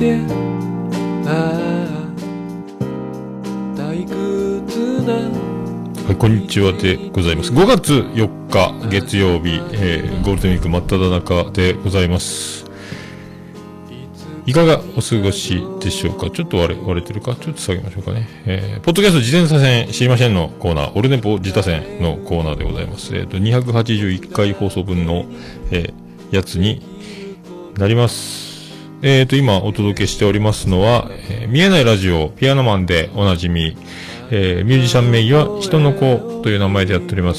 け、退屈な。はい、こんにちはでございます。5月4日月曜日、ゴールデンウィーク真っ只中でございます。いかがお過ごしでしょうか。ちょっと割れてるか、ちょっと下げましょうかね。ポッドキャスト自転車線知りませんのコーナー、オルネポ自他線のコーナーでございます。281回放送分の、やつになります。今お届けしておりますのは、見えないラジオ、ピアノマンでおなじみ、ミュージシャン名義は人の子という名前でやっております、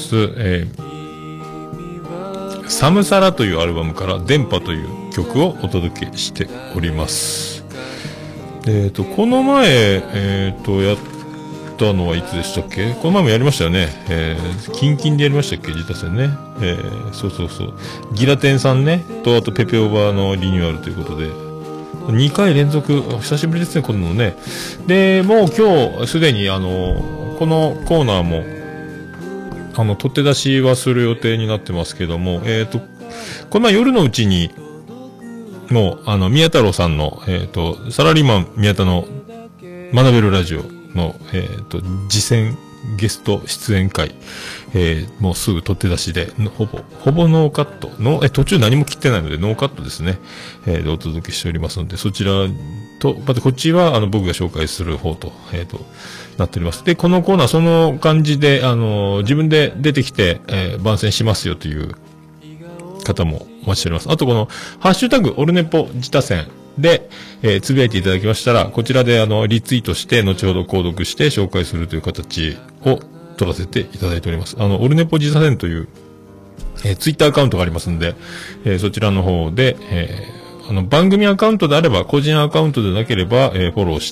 サムサラというアルバムから電波という曲をお届けしております。この前、やったのはいつでしたっけ。この前もやりましたよね。キンキンでやりましたっけ、自他戦ね。そう。ギラテンさんね、と、あとペペオーバーのリニューアルということで、2回連続、久しぶりですね、このね。で、もう今日、すでにこのコーナーも、取って出しはする予定になってますけども、この前夜のうちに、もう、宮太郎さんの、サラリーマン宮田の学べるラジオの、次戦ゲスト出演会、もうすぐ取って出しで、ほぼノーカットの、途中何も切ってないのでノーカットですね。でお届けしておりますので、そちらと、またこっちは、僕が紹介する方と、なっております。で、このコーナー、その感じで、自分で出てきて、番宣しますよという方もお待ちしております。あと、この、ハッシュタグ、オルネポ自他戦で、つぶやいていただきましたら、こちらで、リツイートして、後ほど購読して紹介するという形を取らせていただいております。オルネポ自他戦という、ツイッターアカウントがありますんで、そちらの方で、番組アカウントであれば、個人アカウントでなければ、フォローして、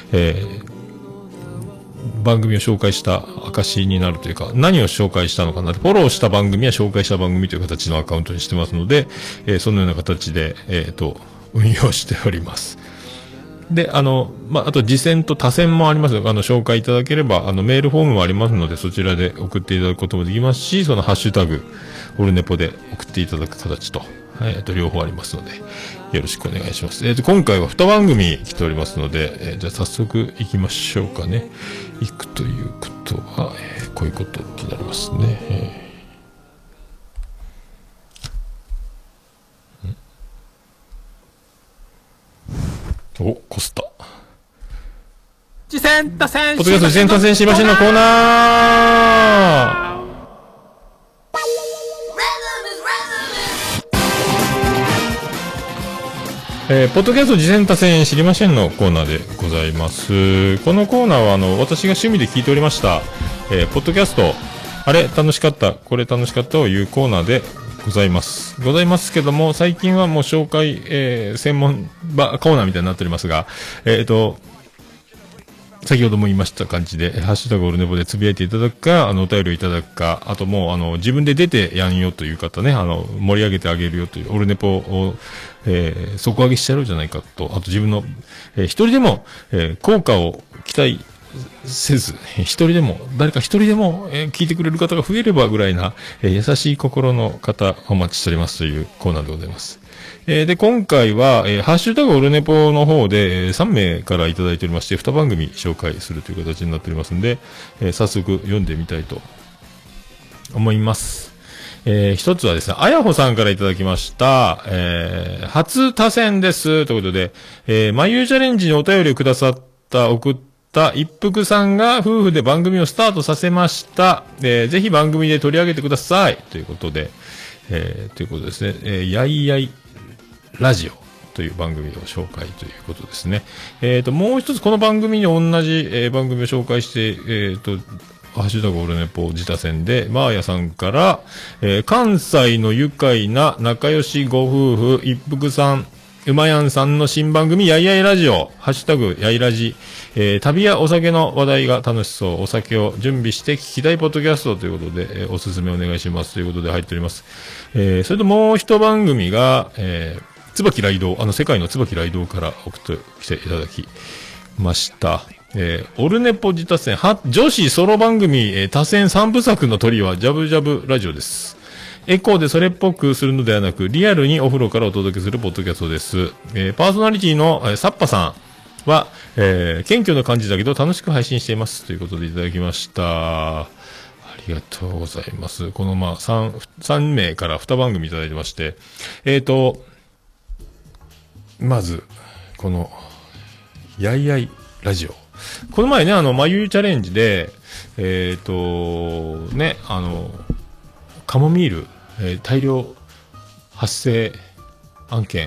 番組を紹介した証になるというか、何を紹介したのかな、フォローした番組や紹介した番組という形のアカウントにしてますので、そのような形で、運用しております。で、あと、次戦と他戦もあります。紹介いただければ、メールフォームもありますので、そちらで送っていただくこともできますし、そのハッシュタグ、オルネポで送っていただく形と、両方ありますので、よろしくお願いします。今回は2番組来ておりますので、じゃあ早速行きましょうかね。行くということは、こういうことになりますね。お、コスタ。 次戦打線ポッドキャスト次戦打線しましょうのコーナー。ポッドキャスト次戦打線知りませんのコーナーでございます。このコーナーは私が趣味で聞いておりました、ポッドキャスト、あれ楽しかった、これ楽しかったというコーナーでございますけども、最近はもう紹介、専門コーナーみたいになっておりますが、先ほども言いました感じで、ハッシュタグオルネポでつぶやいていただくか、お便りをいただくか、あともう、自分で出てやんよという方ね、盛り上げてあげるよという、オルネポを、底上げしちゃうじゃないかと、あと自分の、一人でも、効果を期待せず、誰か一人でも、聞いてくれる方が増えればぐらいな、優しい心の方、お待ちしておりますというコーナーでございます。で、今回は、ハッシュタグオルネポの方で、3名からいただいておりまして、2番組紹介するという形になっておりますので、早速読んでみたいと思います。一つはですね、あやほさんからいただきました、初多選です。ということで、眉チャレンジにお便りを送った一服さんが夫婦で番組をスタートさせました。ぜひ番組で取り上げてください。ということで、ですね、やいやいラジオという番組を紹介ということですね。もう一つこの番組に同じ、番組を紹介して、ハッシュタグオルネポ自他戦で、マーヤさんから、関西の愉快な仲良しご夫婦、一服さん、うまやんさんの新番組、やいやいラジオ、ハッシュタグやいラジ、旅やお酒の話題が楽しそう、お酒を準備して聞きたいポッドキャストということで、おすすめお願いしますということで入っております。それともう一番組が、椿雷道、世界の椿雷道から送ってきていただきました。オルネポ自他戦、女子ソロ番組、多選3部作のトリはジャブジャブラジオです。 エコーでそれっぽくするのではなく、リアルにお風呂からお届けするポッドキャストです。パーソナリティの、サッパさんは、謙虚な感じだけど楽しく配信しています。ということでいただきました。ありがとうございます。この3名から2番組いただいてまして、まず、この、やいやいラジオ。この前ね、まゆゆチャレンジで、ね、カモミール、大量発生案件、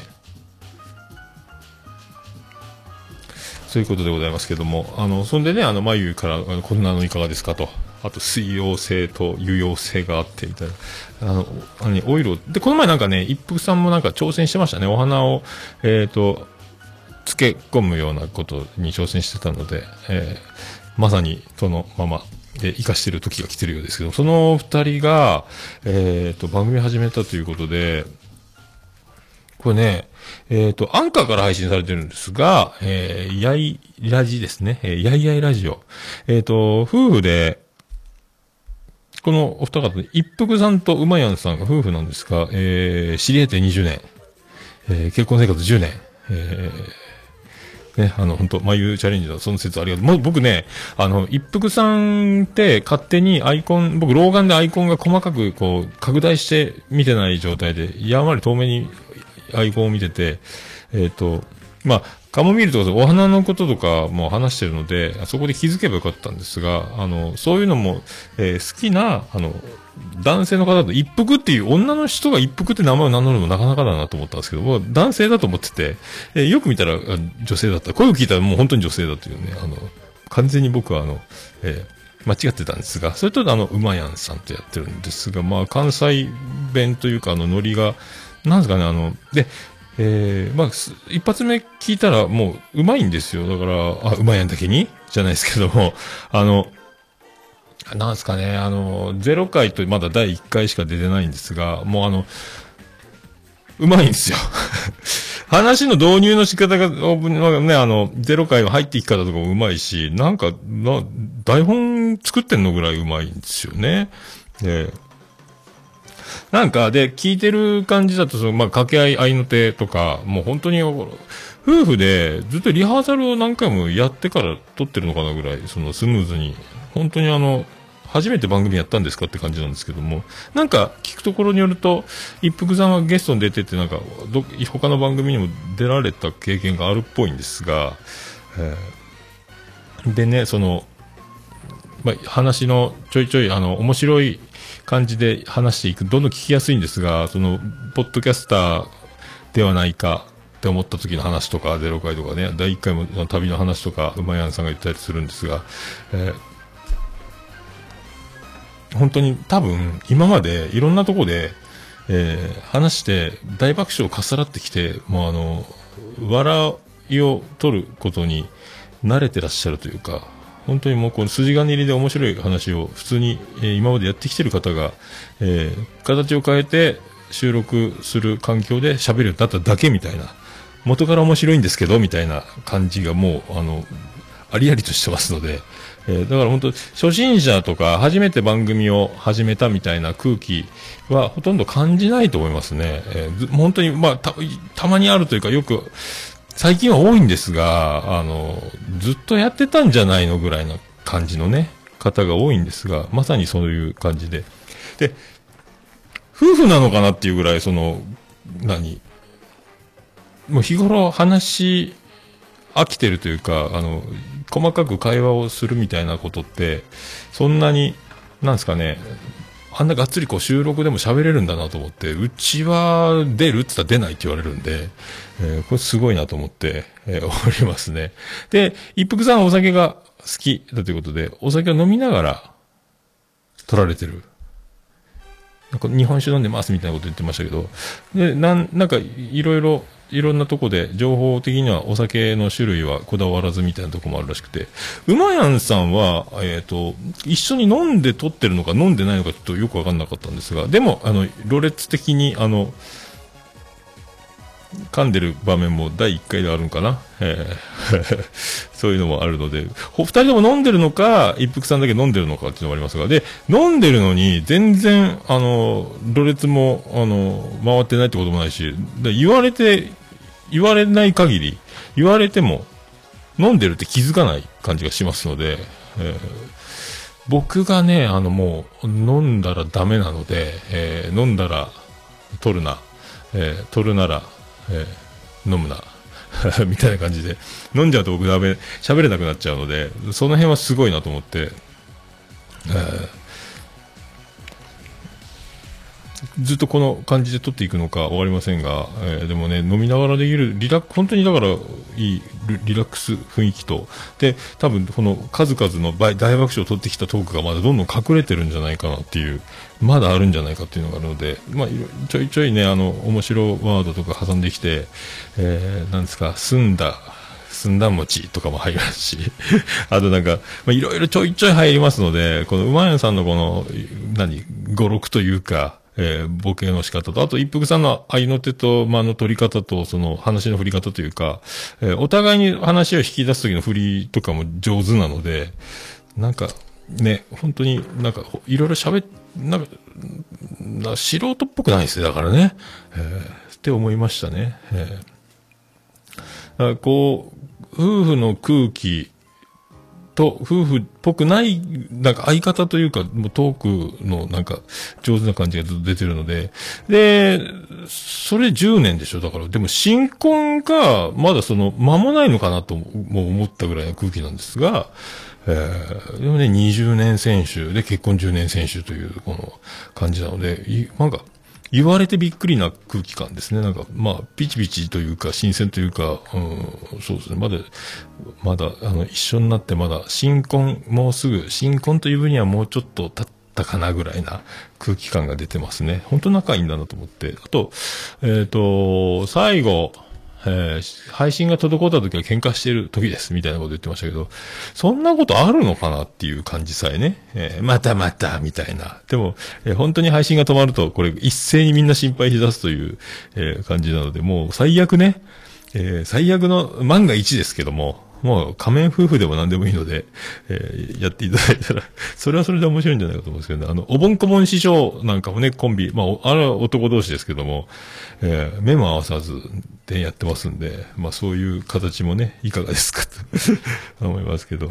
そういうことでございますけども、そんでね、まゆゆから、こんなのいかがですかと。あと、水溶性と油溶性があって、みたいな。オイルを、で、この前なんかね、一服さんもなんか挑戦してましたね。お花を、漬け込むようなことに挑戦してたので、まさにそのままで活かしてる時が来てるようですけど、その二人が、番組始めたということで、これね、アンカーから配信されてるんですが、やいラジですね。やいやいラジオ。夫婦で、このお二方、一服さんとうまやんさんが夫婦なんですが、知り合って20年、結婚生活10年、ね、本当まゆチャレンジのその説ありがとう。僕ね、一服さんって勝手にアイコン、僕老眼でアイコンが細かくこう、拡大して見てない状態で、やんわり遠目にアイコンを見てて、カモミールとかお花のこととかも話してるので、そこで気づけばよかったんですが、そういうのも、好きな、男性の方と一服っていう女の人が一服って名前を名乗るのもなかなかだなと思ったんですけども、男性だと思ってて、よく見たら女性だった。声を聞いたらもう本当に女性だというね、完全に僕は間違ってたんですが、それとうまやんさんとやってるんですが、関西弁というかノリが、なんですかね、で、一発目聞いたらもううまいんですよ。だから、うまやんだけにじゃないですけども、なんですかね、0回とまだ第1回しか出てないんですが、もううまいんですよ。話の導入の仕方が、ね、0回の入っていき方とかもうまいし、台本作ってんのぐらいうまいんですよね。なんか、で、聞いてる感じだと、掛け合い、合いの手とか、もう本当に、夫婦でずっとリハーサルを何回もやってから撮ってるのかなぐらい、スムーズに、本当に初めて番組やったんですかって感じなんですけども、なんか、聞くところによると、一服さんはゲストに出てて、なんか、他の番組にも出られた経験があるっぽいんですが、でね、話のちょいちょい、面白い感じで話していく、どんどん聞きやすいんですが、ポッドキャスターではないかって思った時の話とか、0回とかね、第1回も旅の話とか、うまやんさんが言ったりするんですが、本当に多分、今までいろんなとこで、話して大爆笑をかっさらってきて、もう笑いを取ることに慣れてらっしゃるというか、本当にもうこの筋金入りで面白い話を普通に、今までやってきてる方が、形を変えて収録する環境で喋るようになっただけみたいな、元から面白いんですけどみたいな感じがもうありありとしてますので、だから本当初心者とか初めて番組を始めたみたいな空気はほとんど感じないと思いますね。本当にたまにあるというか、よく最近は多いんですが、ずっとやってたんじゃないのぐらいな感じのね、方が多いんですが、まさにそういう感じで。で、夫婦なのかなっていうぐらい、もう日頃話飽きてるというか、細かく会話をするみたいなことって、そんなに、なんですかね、あんながっつり収録でも喋れるんだなと思って、うちは出るって言ったら出ないって言われるんで、これすごいなと思って、おりますね。で、一服さんはお酒が好きだということで、お酒を飲みながら撮られてる。なんか日本酒飲んでますみたいなこと言ってましたけど、で、なんかいろんなとこで情報的にはお酒の種類はこだわらずみたいなとこもあるらしくて、うまやんさんは、一緒に飲んで撮ってるのか飲んでないのかちょっとよくわかんなかったんですが、でも、ろれつ的に噛んでる場面も第1回であるんかな、そういうのもあるので、2人とも飲んでるのか、一服さんだけ飲んでるのかっていうのがありますが、で、飲んでるのに全然、ろれつも、回ってないってこともないし、言われない限り、言われても、飲んでるって気づかない感じがしますので、僕がね、もう、飲んだらダメなので、飲んだら、取るな、取るなら、飲むな、みたいな感じで、飲んじゃうと僕喋れなくなっちゃうので、その辺はすごいなと思って、ずっとこの感じで撮っていくのかわかりませんが、でもね、飲みながらできる本当にだからいいリラックス雰囲気と、で、多分この数々の大爆笑を取ってきたトークがまだどんどん隠れてるんじゃないかなっていう、まだあるんじゃないかっていうのがあるので、まあ、ちょいちょいね、面白ワードとか挟んできて、なんですか、澄んだ餅とかも入るし、あとなんか、まあ、いろいろちょいちょい入りますので、このうまやんさんのこの、語録というか、ボケの仕方と、あと一服さんの愛の手と間の取り方と、その話の振り方というか、お互いに話を引き出す時の振りとかも上手なので、なんか、ね、本当になんか、いろいろなんか、素人っぽくないですね、だからね。って思いましたね。こう、夫婦の空気と、夫婦っぽくない、なんか相方というか、もうトークのなんか上手な感じがずっと出てるので、で、それ10年でしょ、だから、でも新婚がまだ間もないのかなとも思ったぐらいの空気なんですが、でもね、20年選手で結婚10年選手というこの感じなので、なんか、言われてびっくりな空気感ですね。なんか、まあ、ピチピチというか、新鮮というか、そうですね。まだ、一緒になってまだ、もうすぐ、新婚という分にはもうちょっと経ったかなぐらいな空気感が出てますね。本当仲いいんだなと思って。あと、最後、配信が滞った時は喧嘩してる時です、みたいなこと言ってましたけど、そんなことあるのかなっていう感じさえね、また、みたいな。でも、本当に配信が止まると、これ一斉にみんな心配しだすという、感じなので、もう最悪ね、最悪の万が一ですけども、もう仮面夫婦でも何でもいいので、やっていただいたら、それはそれで面白いんじゃないかと思うんですけどね。おぼんこぼん師匠なんかもね、コンビ、まあ、あれは男同士ですけども、目も合わさずでやってますんで、まあそういう形もね、いかがですかと思いますけど。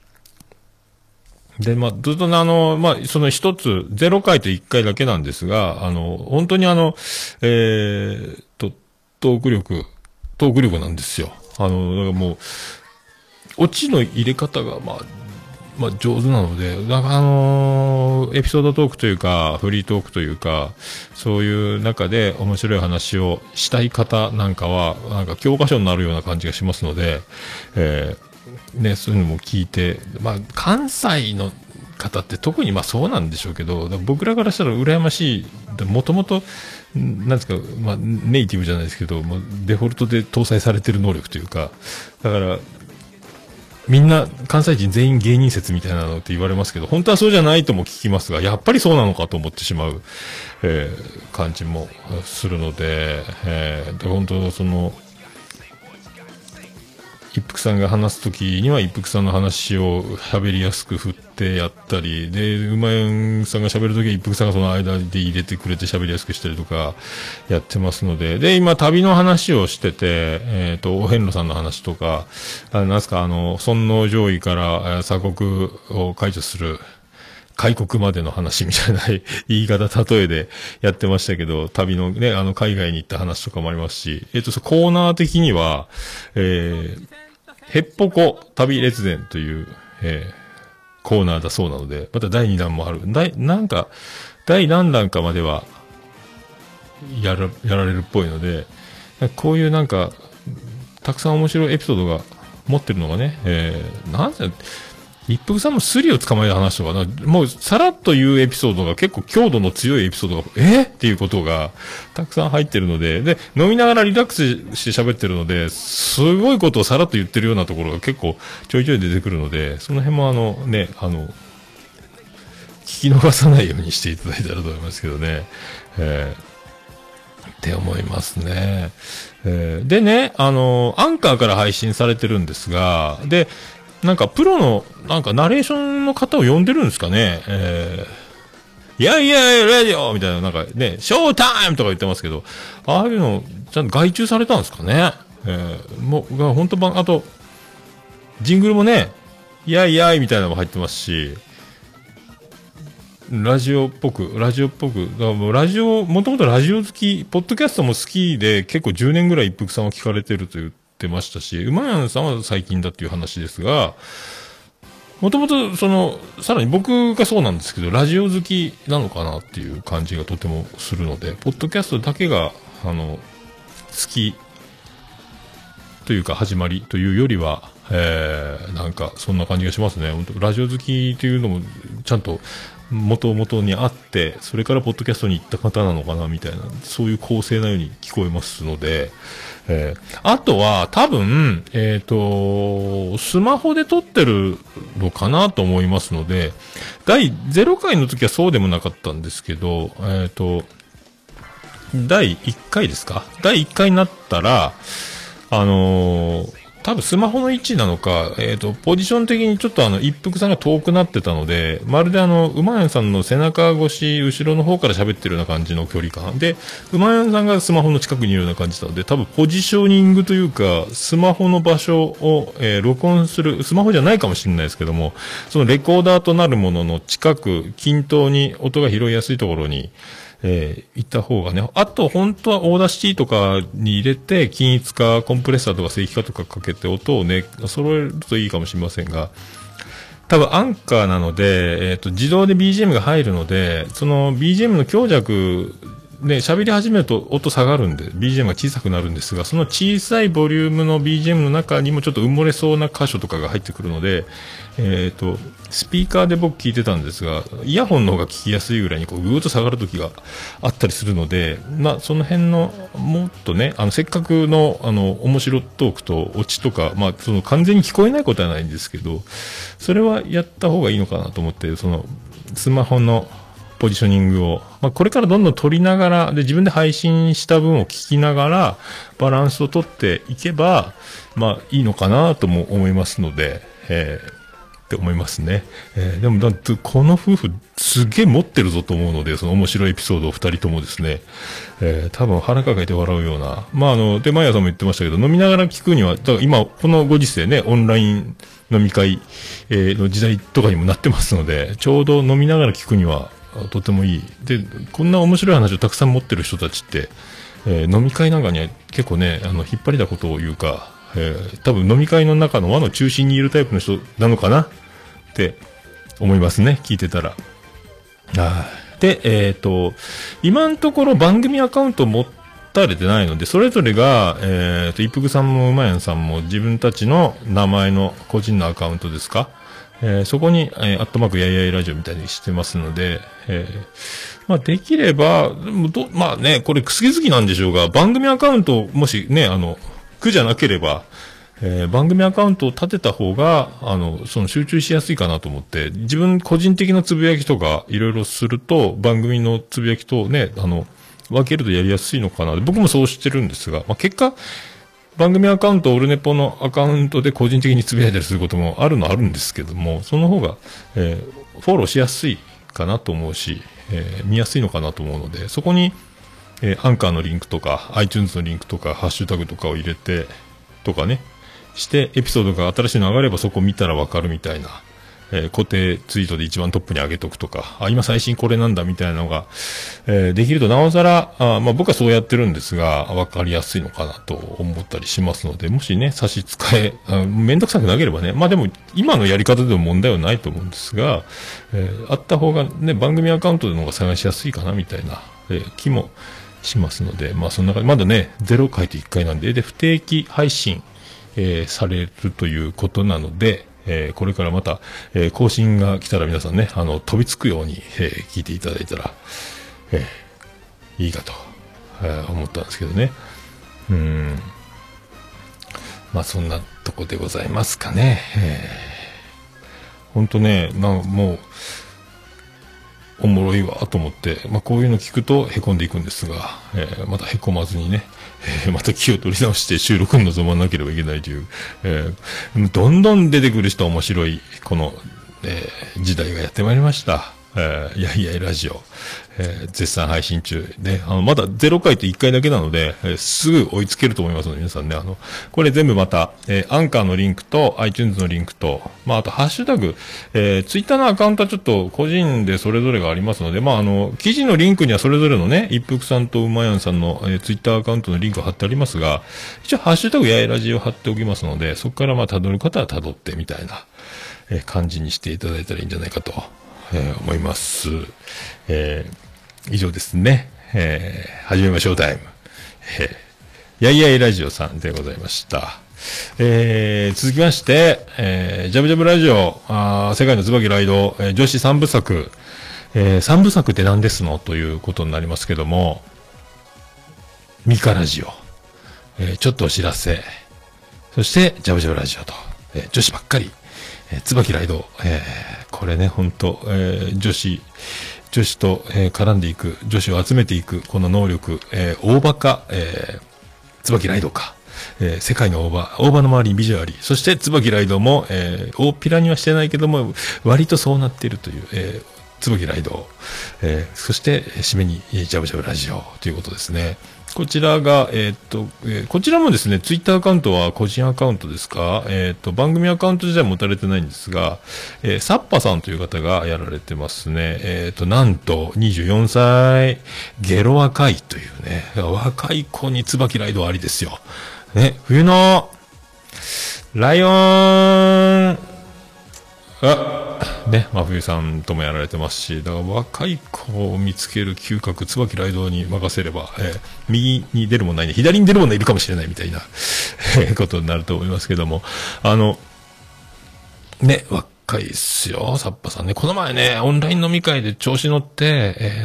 で、まあ、ずっとね、まあ、その一つ、0回と1回だけなんですが、本当にトーク力なんですよ。だからもう、オチの入れ方が、まあ、上手なので、なんかエピソードトークというか、フリートークというか、そういう中で面白い話をしたい方なんかは、なんか教科書になるような感じがしますので、ね、そういうのも聞いて、まあ、関西の方って特にまあそうなんでしょうけど、僕らからしたら羨ましい、もともと、なんですか、まあ、ネイティブじゃないですけど、もうデフォルトで搭載されてる能力というか、だから、みんな関西人全員芸人説みたいなのって言われますけど、本当はそうじゃないとも聞きますが、やっぱりそうなのかと思ってしまう、感じもするので、本当一服さんが話すときには一服さんの話を喋りやすく振ってやったり、で、うまやんさんが喋るときは一服さんがその間で入れてくれて喋りやすくしたりとかやってますので、で、今旅の話をしてて、お遍路さんの話とか、なんすか、尊王攘夷から鎖国を解除する、開国までの話みたいな言い方、例えでやってましたけど、旅のね、海外に行った話とかもありますし、コーナー的には、へっぽこ旅列伝という、コーナーだそうなので、また第2弾もある。なんか、第何弾かまでは、やられるっぽいので、こういうなんか、たくさん面白いエピソードが持ってるのがね、なんで、一服さんのスリを捕まえた話とかな、もうさらっと言うエピソードが結構強度の強いエピソードが、っていうことがたくさん入ってるので、で、飲みながらリラックスして喋ってるので、すごいことをさらっと言ってるようなところが結構ちょいちょい出てくるので、その辺も聞き逃さないようにしていただいたらと思いますけどね。 って思いますね。でね、アンカーから配信されてるんですが、で、なんかプロの、なんかナレーションの方を呼んでるんですかね。いやいやいや、ラジオみたいな、なんかね、ショータイムとか言ってますけど、ああいうの、ちゃんと外注されたんですかね。もう、本当あと、ジングルもね、いやいやいみたいなのも入ってますし、ラジオっぽく、だからもうもともとラジオ好き、ポッドキャストも好きで、結構10年ぐらい一服さんは聞かれてると言ってましたし、馬やんさんは最近だっていう話ですが、もともとさらに僕がそうなんですけど、ラジオ好きなのかなっていう感じがとてもするので、ポッドキャストだけが、好きというか始まりというよりは、なんかそんな感じがしますね。本当ラジオ好きというのもちゃんと元々にあって、それからポッドキャストに行った方なのかなみたいな、そういう構成なように聞こえますので、あとは多分、スマホで撮ってるのかなと思いますので、第0回の時はそうでもなかったんですけど、第1回ですか？第1回になったら、多分スマホの位置なのか、ポジション的にちょっと一服さんが遠くなってたので、まるで馬やんさんの背中越し、後ろの方から喋ってるような感じの距離感で、馬やんさんがスマホの近くにいるような感じなので、多分ポジショニングというか、スマホの場所を、録音する、スマホじゃないかもしれないですけども、そのレコーダーとなるものの近く、均等に音が拾いやすいところに、行った方がね、あと本当はオーダーシティとかに入れて均一化、コンプレッサーとか正規化とかかけて音をね、揃えるといいかもしれませんが、多分アンカーなので、自動で BGM が入るので、その BGM の強弱ね、喋り始めると音下がるんで、BGM が小さくなるんですが、その小さいボリュームの BGM の中にもちょっと埋もれそうな箇所とかが入ってくるので、スピーカーで僕聞いてたんですが、イヤホンの方が聞きやすいぐらいにこうぐーっと下がる時があったりするので、その辺の、もっとね、せっかくの、面白トークとオチとか、その完全に聞こえないことはないんですけど、それはやった方がいいのかなと思って、スマホのポジショニングを、これからどんどん取りながら、で、自分で配信した分を聞きながら、バランスを取っていけば、いいのかなとも思いますので、って思いますね。でも、この夫婦、すげえ持ってるぞと思うので、その面白いエピソードを二人ともですね、多分腹抱えて笑うような、で、マヤさんも言ってましたけど、飲みながら聞くには、だから今、このご時世ね、オンライン飲み会、の時代とかにもなってますので、ちょうど飲みながら聞くには、とてもいい。で、こんな面白い話をたくさん持ってる人たちって、飲み会なんかには結構ね、引っ張りだことを言うか、多分飲み会の中の輪の中心にいるタイプの人なのかなって思いますね、聞いてたら。で、今のところ番組アカウント持たれてないので、それぞれが、一服さんも馬やんさんも自分たちの名前の個人のアカウントですか、そこに、アットマークやいやいラジオみたいにしてますので、できれば、ね、これくすぎ好きなんでしょうが、番組アカウント、もしね、苦じゃなければ、番組アカウントを立てた方が、集中しやすいかなと思って、自分個人的なつぶやきとか、いろいろすると、番組のつぶやきとね、分けるとやりやすいのかな。僕もそうしてるんですが、結果、番組アカウント、オルネポのアカウントで個人的につぶやいたりすることもあるんですけども、その方が、フォローしやすいかなと思うし、見やすいのかなと思うので、そこに、アンカーのリンクとか、iTunes のリンクとか、ハッシュタグとかを入れて、とかね、して、エピソードが新しいの上がればそこ見たらわかるみたいな、固定ツイートで一番トップに上げとくとか、今最新これなんだみたいなのが、できるとなおさら、僕はそうやってるんですが、わかりやすいのかなと思ったりしますので、もしね、差し支え、めんどくさくなければね、でも、今のやり方でも問題はないと思うんですが、あった方がね、番組アカウントの方が探しやすいかなみたいな、気もしますので、そんな感じ、まだね、0回と1回なんで、不定期配信、されるということなので、これからまた、更新が来たら皆さんね、飛びつくように、聞いていただいたら、いいかと、思ったんですけどね。そんなとこでございますかね。ほんとね、もう、 おもろいわと思って、まあ、こういうの聞くとへこんでいくんですが、またへこまずにね、また気を取り直して収録に臨まなければいけないという、どんどん出てくる人面白い、この、時代がやってまいりました。やいやいラジオ、絶賛配信中で、まだ0回と1回だけなので、すぐ追いつけると思いますので、皆さんね、これ全部また、アンカーのリンクと、iTunes のリンクと、まあ、あと、ハッシュタグ、ツイッターのアカウントはちょっと個人でそれぞれがありますので、まあ、記事のリンクにはそれぞれのね、一服さんとうまやんさんの、ツイッターアカウントのリンクを貼ってありますが、一応、ハッシュタグやいラジを貼っておきますので、そこからまあ、辿る方は辿ってみたいな、感じにしていただいたらいいんじゃないかと。思います。以上ですね。始めましょうタイム。やいやいラジオさんでございました。続きまして、ジャブジャブラジオ、世界の椿ライド、女子三部作、三部作って何ですのということになりますけども、ミカラジオ、ちょっとお知らせ、そしてジャブジャブラジオと、女子ばっかり、椿ライド、これね、本当、女子と、絡んでいく、女子を集めていく、この能力、大バカ、椿ライドか、世界の大場の周りにビジュアリー、そして椿ライドも、大っぴらにはしてないけども、割とそうなっているという、椿ライド、そして締めにジャブジャブラジオということですね。こちらが、こちらもですね、ツイッターアカウントは個人アカウントですか、番組アカウント自体持たれてないんですが、サッパさんという方がやられてますね。なんと24歳、ゲロ若いというね、若い子に椿ライドありですよ。ね、冬の、ライオン、ね、真冬さんともやられてますし、だから若い子を見つける嗅覚、椿ライドに任せれば、右に出るもんないね、左に出るもんないるかもしれないみたいなことになると思いますけども、ね、若いっすよ、サッパさんね。この前ね、オンライン飲み会で調子乗って、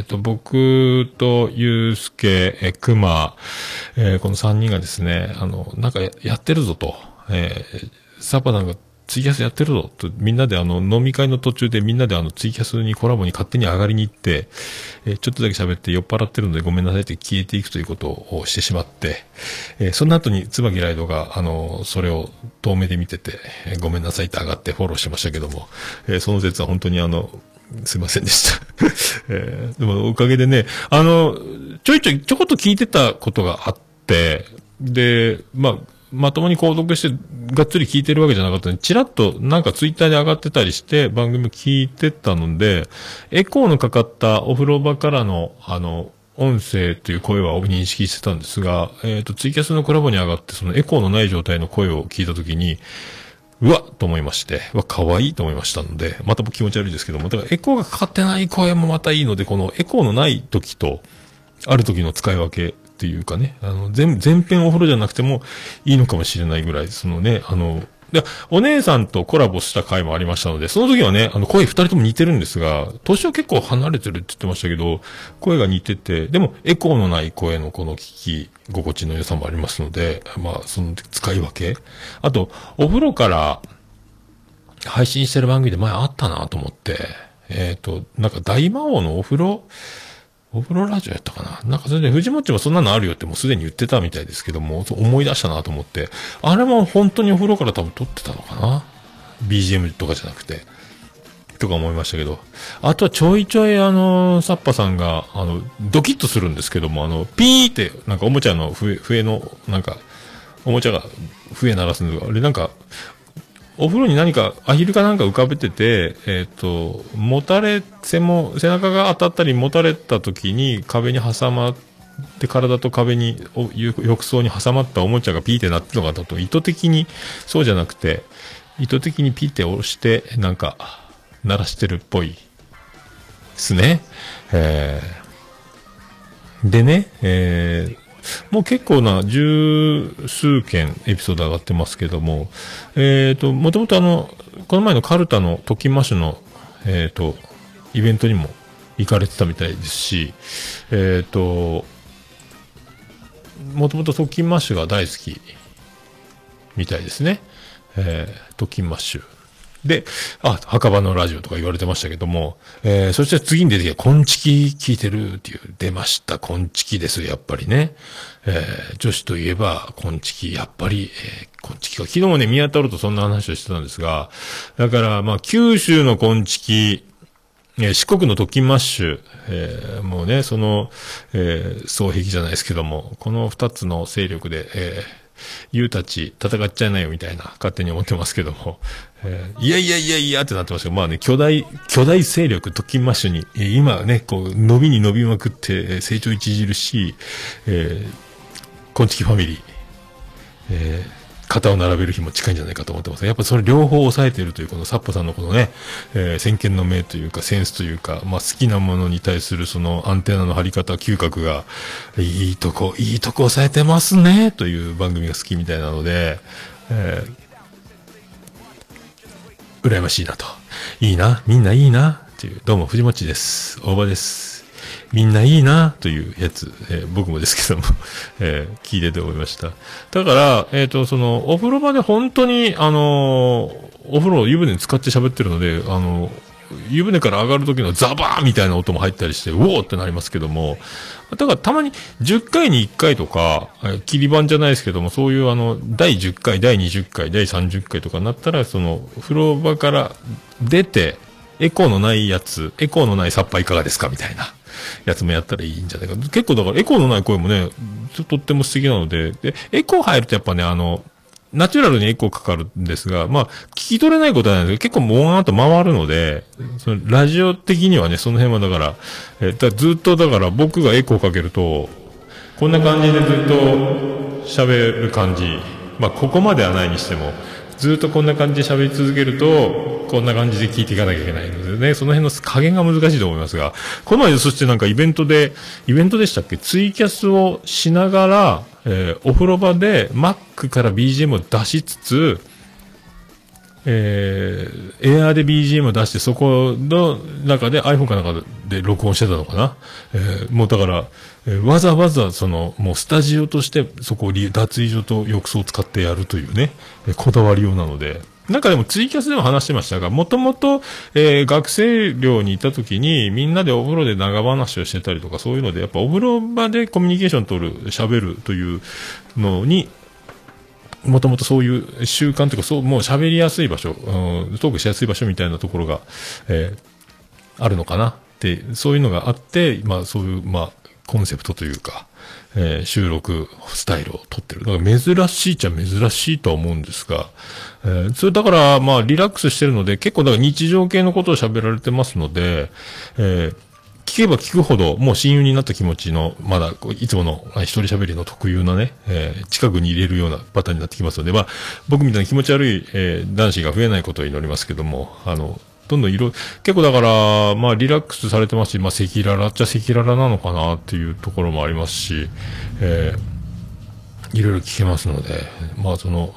僕とゆうすけ、くま、この3人がですね、なんかやってるぞと、サッパさんがツイキャスやってるぞと、みんなで飲み会の途中でみんなでツイキャスにコラボに勝手に上がりに行って、ちょっとだけ喋って酔っ払ってるのでごめんなさいって消えていくということをしてしまって、その後に椿ライドが、それを遠目で見てて、ごめんなさいって上がってフォローしてましたけども、その説は本当にすいませんでした。でもおかげでね、ちょこっと聞いてたことがあって、で、まともに購読してがっつり聞いてるわけじゃなかったので、チラッとなんかツイッターで上がってたりして番組聞いてたので、エコーのかかったお風呂場からの音声という声は認識してたんですが、ツイキャスのコラボに上がってそのエコーのない状態の声を聞いたときに、うわっと思いまして、可愛いと思いましたので、また気持ち悪いですけども、だからエコーがかかってない声もまたいいので、このエコーのない時と、ある時の使い分けっていうかね、全編お風呂じゃなくてもいいのかもしれないぐらい、そのね、で、お姉さんとコラボした回もありましたので、その時はね、声二人とも似てるんですが、年は結構離れてるって言ってましたけど、声が似てて、でもエコーのない声のこの聞き心地の良さもありますので、その使い分け。あと、お風呂から配信してる番組で前あったなと思って、なんか大魔王のお風呂ラジオやったかな、なんかそれで藤もっちもそんなのあるよってもうすでに言ってたみたいですけども、思い出したなと思って、あれも本当にお風呂から多分撮ってたのかな ?BGM とかじゃなくて。とか思いましたけど。あとはちょいちょいサッパさんが、ドキッとするんですけども、ピーって、なんかおもちゃの笛の、なんか、おもちゃが笛鳴らすんですが、あれなんか、お風呂に何かアヒルかなんか浮かべてて、背中が当たったりもたれた時に壁に挟まって、体と壁に、浴槽に挟まったおもちゃがピーってなってるのかと、意図的に、そうじゃなくて、意図的にピーって押して、なんか、鳴らしてるっぽいですね。でね、もう結構な十数件エピソード上がってますけども、もともとこの前のカルタのトキマッシュの、イベントにも行かれてたみたいですし、もともとトキマッシュが大好きみたいですね。トキマッシュ。 で、墓場のラジオとか言われてましたけども、そして次に出てきた、コンチキ聞いてるっていう、出ました。コンチキです、やっぱりね。女子といえば、コンチキ、やっぱり、コンチキか。昨日もね、宮太郎とそんな話をしてたんですが、だから、まあ、九州のコンチキ、四国の特勤マッシュ、もうね、その、双璧じゃないですけども、この二つの勢力で、ユウたち戦っちゃいないよみたいな勝手に思ってますけども、いやいやいやいやってなってましたけど、まあね、巨大勢力特勤マッシュに、今ね、こう、伸びに伸びまくって、成長著しい、コンチキファミリー、肩を並べる日も近いんじゃないかと思ってます。やっぱそれ両方抑えているという、このサッポさんのこのね、先見の明というか、センスというか、まあ好きなものに対するそのアンテナの張り方、嗅覚が、いいとこ抑えてますね、という番組が好きみたいなので、羨ましいなと。いいな、みんないいな、という、どうも藤持です。大場です。みんないいなというやつ、僕もですけども、聞いてて思いました。だから、その、お風呂場で本当に、お風呂を湯船に使って喋ってるので、湯船から上がる時のザバーみたいな音も入ったりして、うおーってなりますけども、だからたまに10回に1回とか、切り板じゃないですけども、そういう第10回、第20回、第30回とかになったら、その、風呂場から出て、エコーのないやつ、エコーのないサッパいかがですかみたいな。やつもやったらいいんじゃないか。結構だからエコーのない声もね、とっても素敵なので、で、エコー入るとやっぱね、ナチュラルにエコーかかるんですが、まあ、聞き取れないことはないんですけど、結構もわーっと回るので、そのラジオ的にはね、その辺はだから、ずっとだから僕がエコーかけると、こんな感じでずっと喋る感じ、まあ、ここまではないにしても、ずっとこんな感じで喋り続けると、こんな感じで聞いていかなきゃいけないのでね、その辺の加減が難しいと思いますが、この前そしてなんかイベントでしたっけ、ツイキャスをしながら、お風呂場で Mac から BGM を出しつつ、エアーで BGM を出して、そこの中で iPhone かなんかで録音してたのかな。もうだから、わざわざもうスタジオとしてそこを脱衣所と浴槽を使ってやるというね、こだわりようなので、なんかでもツイキャスでも話してましたが、もともと、学生寮にいた時にみんなでお風呂で長話をしてたりとか、そういうので、やっぱお風呂場でコミュニケーション取る、喋るというのに、もともとそういう習慣というか、そう、もう喋りやすい場所、トークしやすい場所みたいなところが、あるのかなって、そういうのがあって、まあそういう、まあ、コンセプトというか、収録スタイルを取ってる。だから珍しいっちゃ珍しいとは思うんですが、それだから、まあリラックスしてるので、結構だから日常系のことを喋られてますので、聞けば聞くほど、もう親友になった気持ちの、まだ、いつもの一人喋りの特有なね、近くに入れるようなパターンになってきますので、まあ、僕みたいな気持ち悪い、男子が増えないことを祈りますけども、どんどん結構だから、まあ、リラックスされてますし、まあ、赤裸々っちゃ赤裸々なのかなっていうところもありますし、いろいろ聞けますので、まあ、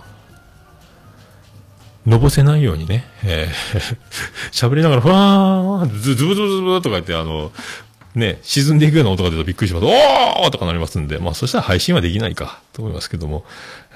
のぼせないようにね、喋りながら、ふわーん、ズブズブズブとか言って、ね、沈んでいくような音が出るとびっくりします。おーとかなりますんで、まあそしたら配信はできないか、と思いますけども、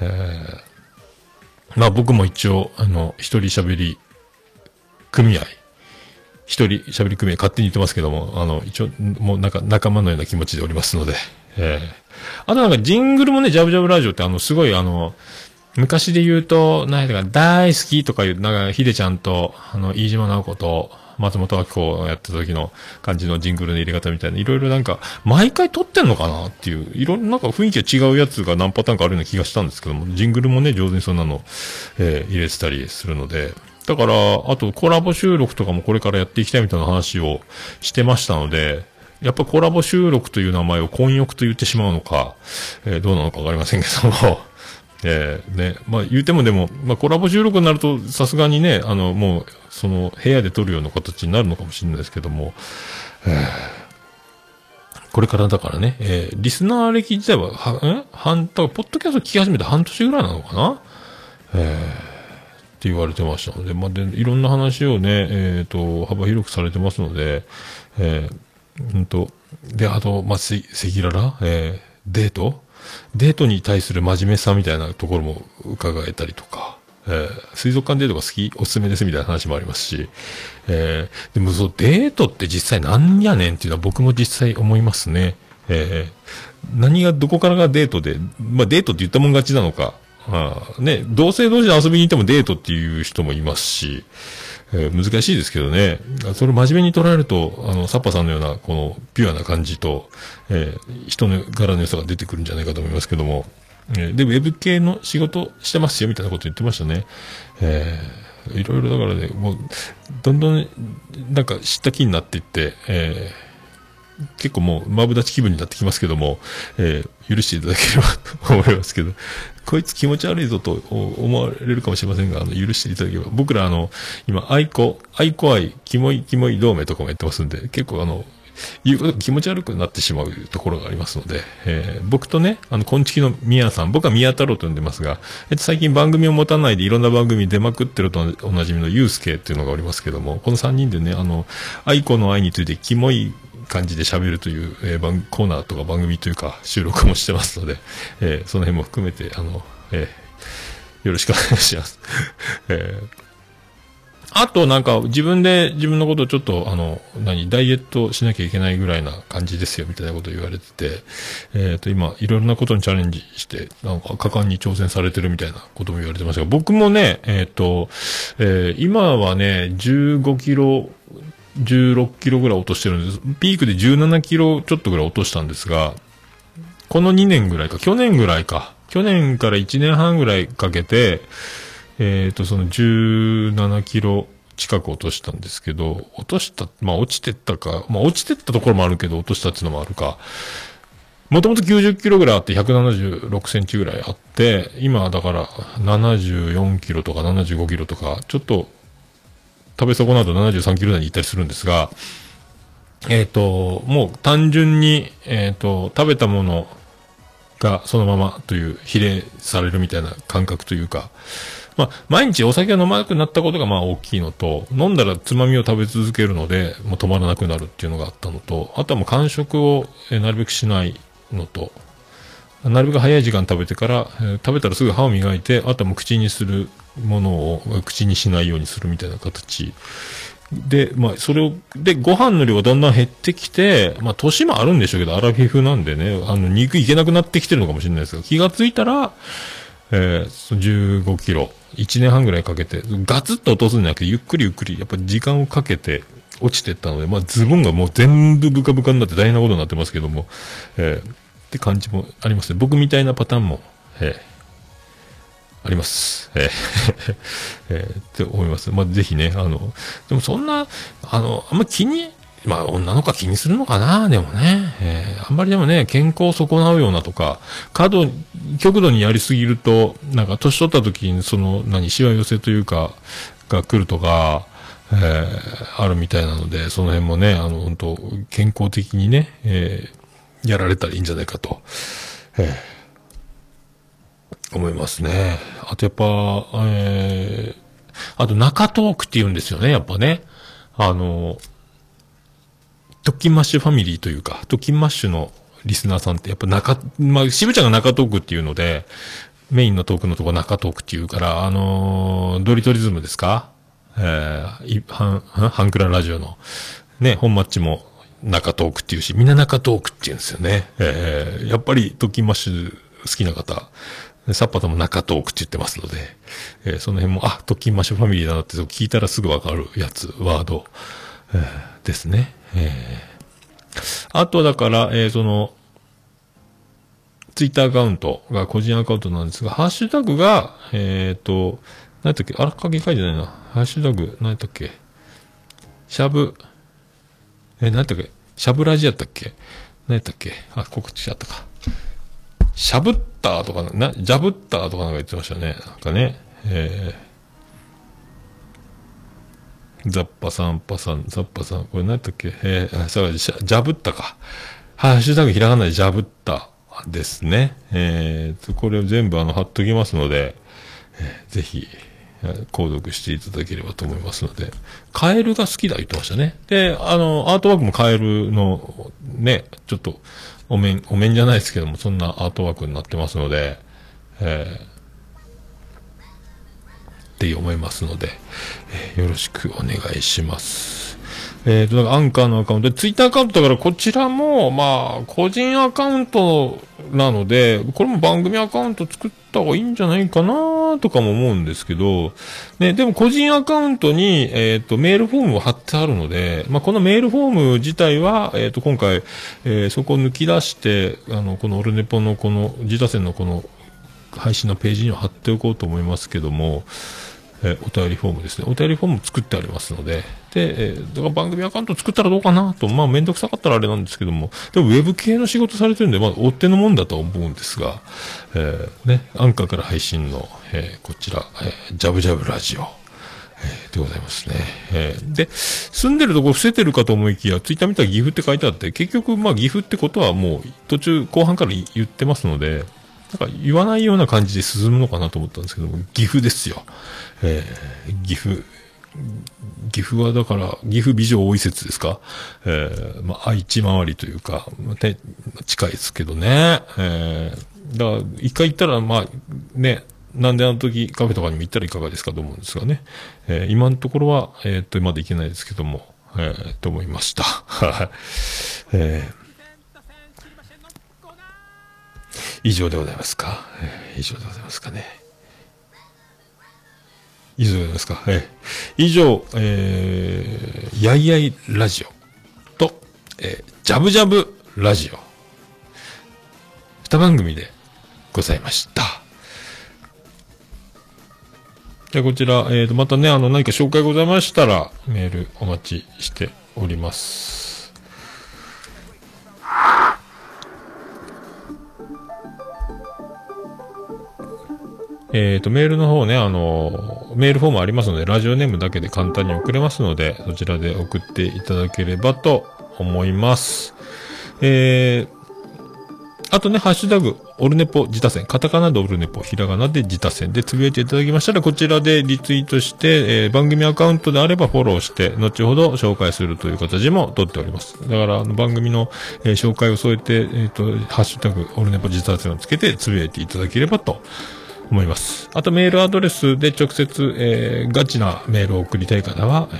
まあ僕も一応、一人喋り組合、一人喋り組合勝手に言ってますけども、一応、もうなんか仲間のような気持ちでおりますので、あとなんかジングルもね、ジャブジャブラジオってすごい昔で言うと、何だか大好きとかいう、なんか、ひでちゃんと、飯島直子と、松本明子をやってた時の感じのジングルの入れ方みたいな、いろいろなんか、毎回撮ってんのかなっていう、いろんななんか雰囲気が違うやつが何パターンかあるような気がしたんですけども、ジングルもね、上手にそんなの、入れてたりするので、だから、あとコラボ収録とかもこれからやっていきたいみたいな話をしてましたので、やっぱコラボ収録という名前を混浴と言ってしまうのか、どうなのかわかりませんけども、ね、まあ言うてもでも、まあコラボ収録になるとさすがにね、もう、部屋で撮るような形になるのかもしれないですけども、これからだからね、リスナー歴自体は、ポッドキャスト聞き始めて半年ぐらいなのかなって言われてましたので、まあで、いろんな話をね、幅広くされてますので、で、あと、まあ、赤裸々、デートに対する真面目さみたいなところも伺えたりとか、 水族館デートが好き、おすすめですみたいな話もありますし、でもそう、デートって実際なんやねんっていうのは僕も実際思いますね。何が、どこからがデートで、まあデートって言ったもん勝ちなのか、ね、同性同士で遊びに行ってもデートっていう人もいますし、難しいですけどね。それを真面目に捉えると、サッパさんのような、この、ピュアな感じと、人の柄の良さが出てくるんじゃないかと思いますけども。で、ウェブ系の仕事してますよ、みたいなこと言ってましたね。いろいろだからね、もう、どんどん、なんか知った気になっていって、結構もう、マブダチ気分になってきますけども、許していただければと思いますけど、こいつ気持ち悪いぞと思われるかもしれませんが、許していただければ、僕ら今、愛子愛、キモい同盟とかもやってますんで、結構言うことが気持ち悪くなってしまうところがありますので、僕とね、昆虫の宮さん、僕は宮太郎と呼んでますが、最近番組を持たないでいろんな番組に出まくってるとおなじみのゆうすけっていうのがおりますけども、この3人でね、愛子の愛についてキモい感じで喋るという、コーナーとか番組というか収録もしてますので、その辺も含めて、よろしくお願いします。あとなんか自分で自分のことをちょっとダイエットしなきゃいけないぐらいな感じですよみたいなことを言われてて、今いろいろなことにチャレンジして、なんか果敢に挑戦されてるみたいなことも言われてますが、僕もね、今はね、15キロ、16キロぐらい落としてるんです。ピークで17キロちょっとぐらい落としたんですが、この2年ぐらいか、去年から1年半ぐらいかけて、その17キロ近く落としたんですけど、落ちてったか、落ちてったところもあるけど、落としたっていうのもあるか。もともと90キロぐらいあって、176センチぐらいあって、今はだから74キロとか75キロとか、ちょっと食べ損なると73キロ台に行ったりするんですが、もう単純に、食べたものがそのままという比例されるみたいな感覚というか、毎日お酒が飲まなくなったことが大きいのと、飲んだらつまみを食べ続けるので、もう止まらなくなるっていうのがあったのと、あとはもう間食をなるべくしないのと、なるべく早い時間食べてから、食べたらすぐ歯を磨いて、あとはもう口にするものを口にしないようにするみたいな形で、それを、で、ご飯の量がだんだん減ってきて、年もあるんでしょうけど、アラフィフなんでね、肉いけなくなってきてるのかもしれないですが、気がついたら、15キロ、1年半ぐらいかけて、ガツッと落とすんじゃなくて、ゆっくり、やっぱ時間をかけて落ちてったので、ズボンがもう全部ブカブカになって大変なことになってますけども、って感じもありますね。僕みたいなパターンも、あります。って思います。ぜひね、でもそんな、あんま気に、女の子は気にするのかな、でもね。あんまりでもね、健康を損なうようなとか、極度にやりすぎると、なんか年取った時にしわ寄せというか、が来るとか、あるみたいなので、その辺もね、本当健康的にね、やられたらいいんじゃないかと、思いますね。あとやっぱ、あと中トークって言うんですよね、やっぱね。トッキンマッシュファミリーというか、トッキンマッシュのリスナーさんってやっぱ渋ちゃんが中トークっていうので、メインのトークのとこ中トークっていうから、ドリトリズムですか？ハンクララジオの、ね、本マッチも中トークっていうし、みんな中トークって言うんですよね。やっぱりトッキンマッシュ好きな方、サッパとも中トークって言ってますので、その辺も、トッキンマッシュファミリーだなって聞いたらすぐわかるやつ、ワード、ですね。あとだから、ツイッターアカウントが個人アカウントなんですが、ハッシュタグが、何やったっけ、あらかげ書いてないな。ハッシュタグ、何やったっけ、何やったっけ、シャブラジやったっけ、何やったっけ、告知しちゃったか。しゃぶったとか、ジャブったとかなんか言ってましたね。なんかね、ザッパさん、これ何やったっけ、ジャブったか。ハッシュタグひらがなでジャブったですね。これを全部貼っときますので、ぜひ、購読していただければと思いますので、カエルが好きだ言ってましたね。で、アートワークもカエルの、ね、ちょっと、お面じゃないですけども、そんなアートワークになってますので、 って思いますので、よろしくお願いします。だからアンカーのアカウントで、ツイッターアカウントだからこちらも、まあ、個人アカウントなので、これも番組アカウント作った方がいいんじゃないかなとかも思うんですけど、ね、でも個人アカウントに、メールフォームを貼ってあるので、まあ、このメールフォーム自体は、今回、そこを抜き出して、このオルネポのこの、自他戦のこの配信のページには貼っておこうと思いますけども、お便りフォームですね。お便りフォーム作ってありますので。で、だから番組アカウント作ったらどうかなと。まあ、めんどくさかったらあれなんですけども。でも、ウェブ系の仕事されてるんで、まあ、追っ手のもんだとは思うんですが、ね、アンカーから配信の、こちら、ジャブジャブラジオ、でございますね。で、住んでるとこ伏せてるかと思いきや、ツイッター見たら岐阜って書いてあって、結局、まあ、岐阜ってことはもう、途中、後半から言ってますので、なんか言わないような感じで進むのかなと思ったんですけども、岐阜ですよ。岐阜はだから、岐阜美女多い説ですか。まあ、愛知回りというか、ね、近いですけどね。だから一回行ったら、まあ、ね、なんであの時カフェとかにも行ったらいかがですかと思うんですがね。今のところは、まだ行けないですけども、と思いました。以上でございますか。以上でございますかね。以上でございますか。以上、やいやいラジオと、ジャブジャブラジオ。二番組でございました。じゃあこちら、またね、何か紹介ございましたら、メールお待ちしております。メールの方ね、メールフォームありますので、ラジオネームだけで簡単に送れますので、そちらで送っていただければと思います。あとね、ハッシュタグ、オルネポ自他戦、カタカナでオルネポ、ひらがなで自他戦でつぶやいていただきましたら、こちらでリツイートして、番組アカウントであればフォローして、後ほど紹介するという形も取っております。だから、番組の、紹介を添えて、ハッシュタグ、オルネポ自他戦をつけてつぶやいていただければと思います。あとメールアドレスで直接、ガチなメールを送りたい方は、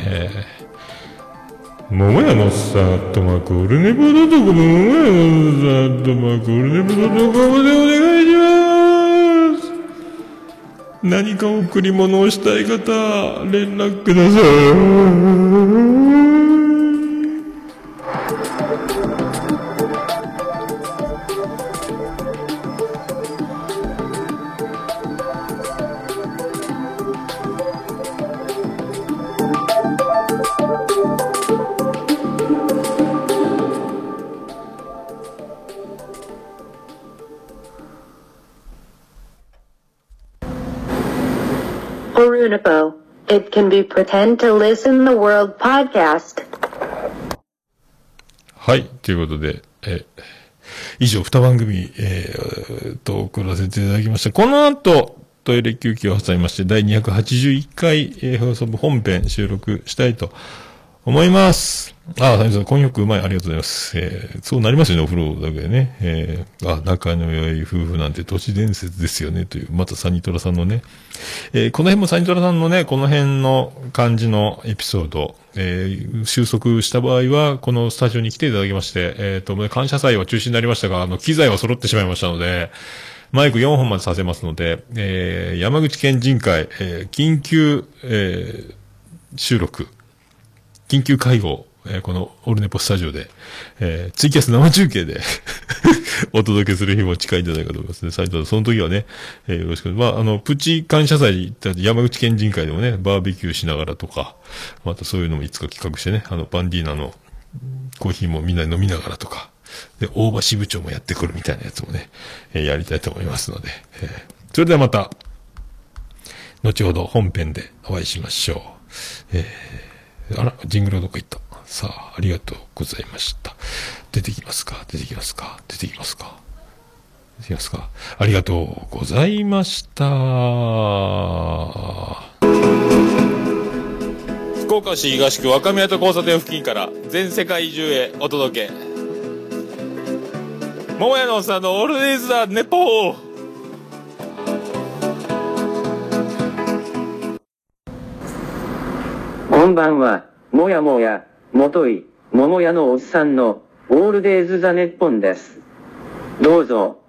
桃屋のさーとまくオルネポドットコム、桃屋のさーとまくオルネポドットコムでお願いします。何か贈り物をしたい方、連絡ください。 Orunipo. It can be pretend to listen the world podcast. はい、ということで、以上2番組、送らせていただきました。この後、トイレ休憩を挟みまして、第281回、放送部本編収録したいと思います。サミさん、婚浴うまい。ありがとうございます。そうなりますよね、お風呂だけでね。仲の良い夫婦なんて都市伝説ですよね、という、またサニトラさんのね。この辺もサニトラさんのね、この辺の感じのエピソード、収束した場合は、このスタジオに来ていただきまして、感謝祭は中止になりましたが、機材は揃ってしまいましたので、マイク4本までさせますので、山口県人会、緊急、収録、緊急会合、このオルネポスタジオで、ツイキャス生中継でお届けする日も近いんじゃないかと思いますね。斉藤さん、その時はね、よろしく。プチ感謝祭、山口県人会でもね、バーベキューしながらとか、またそういうのもいつか企画してね、バンディーナのコーヒーもみんなで飲みながらとか、で、大場支部長もやってくるみたいなやつもね、やりたいと思いますので、それではまた、後ほど本編でお会いしましょう。ジングルはどこ行った？さあ、ありがとうございました。出てきますか？ありがとうございました。福岡市東区若宮と交差点付近から全世界中へお届け。桃屋のおっさんのオールディーズ・ザ・ネポー。 んばんは、もやもや、もとい、桃屋のおっさんの、オールデイズ・ザ・ネッポンです。どうぞ。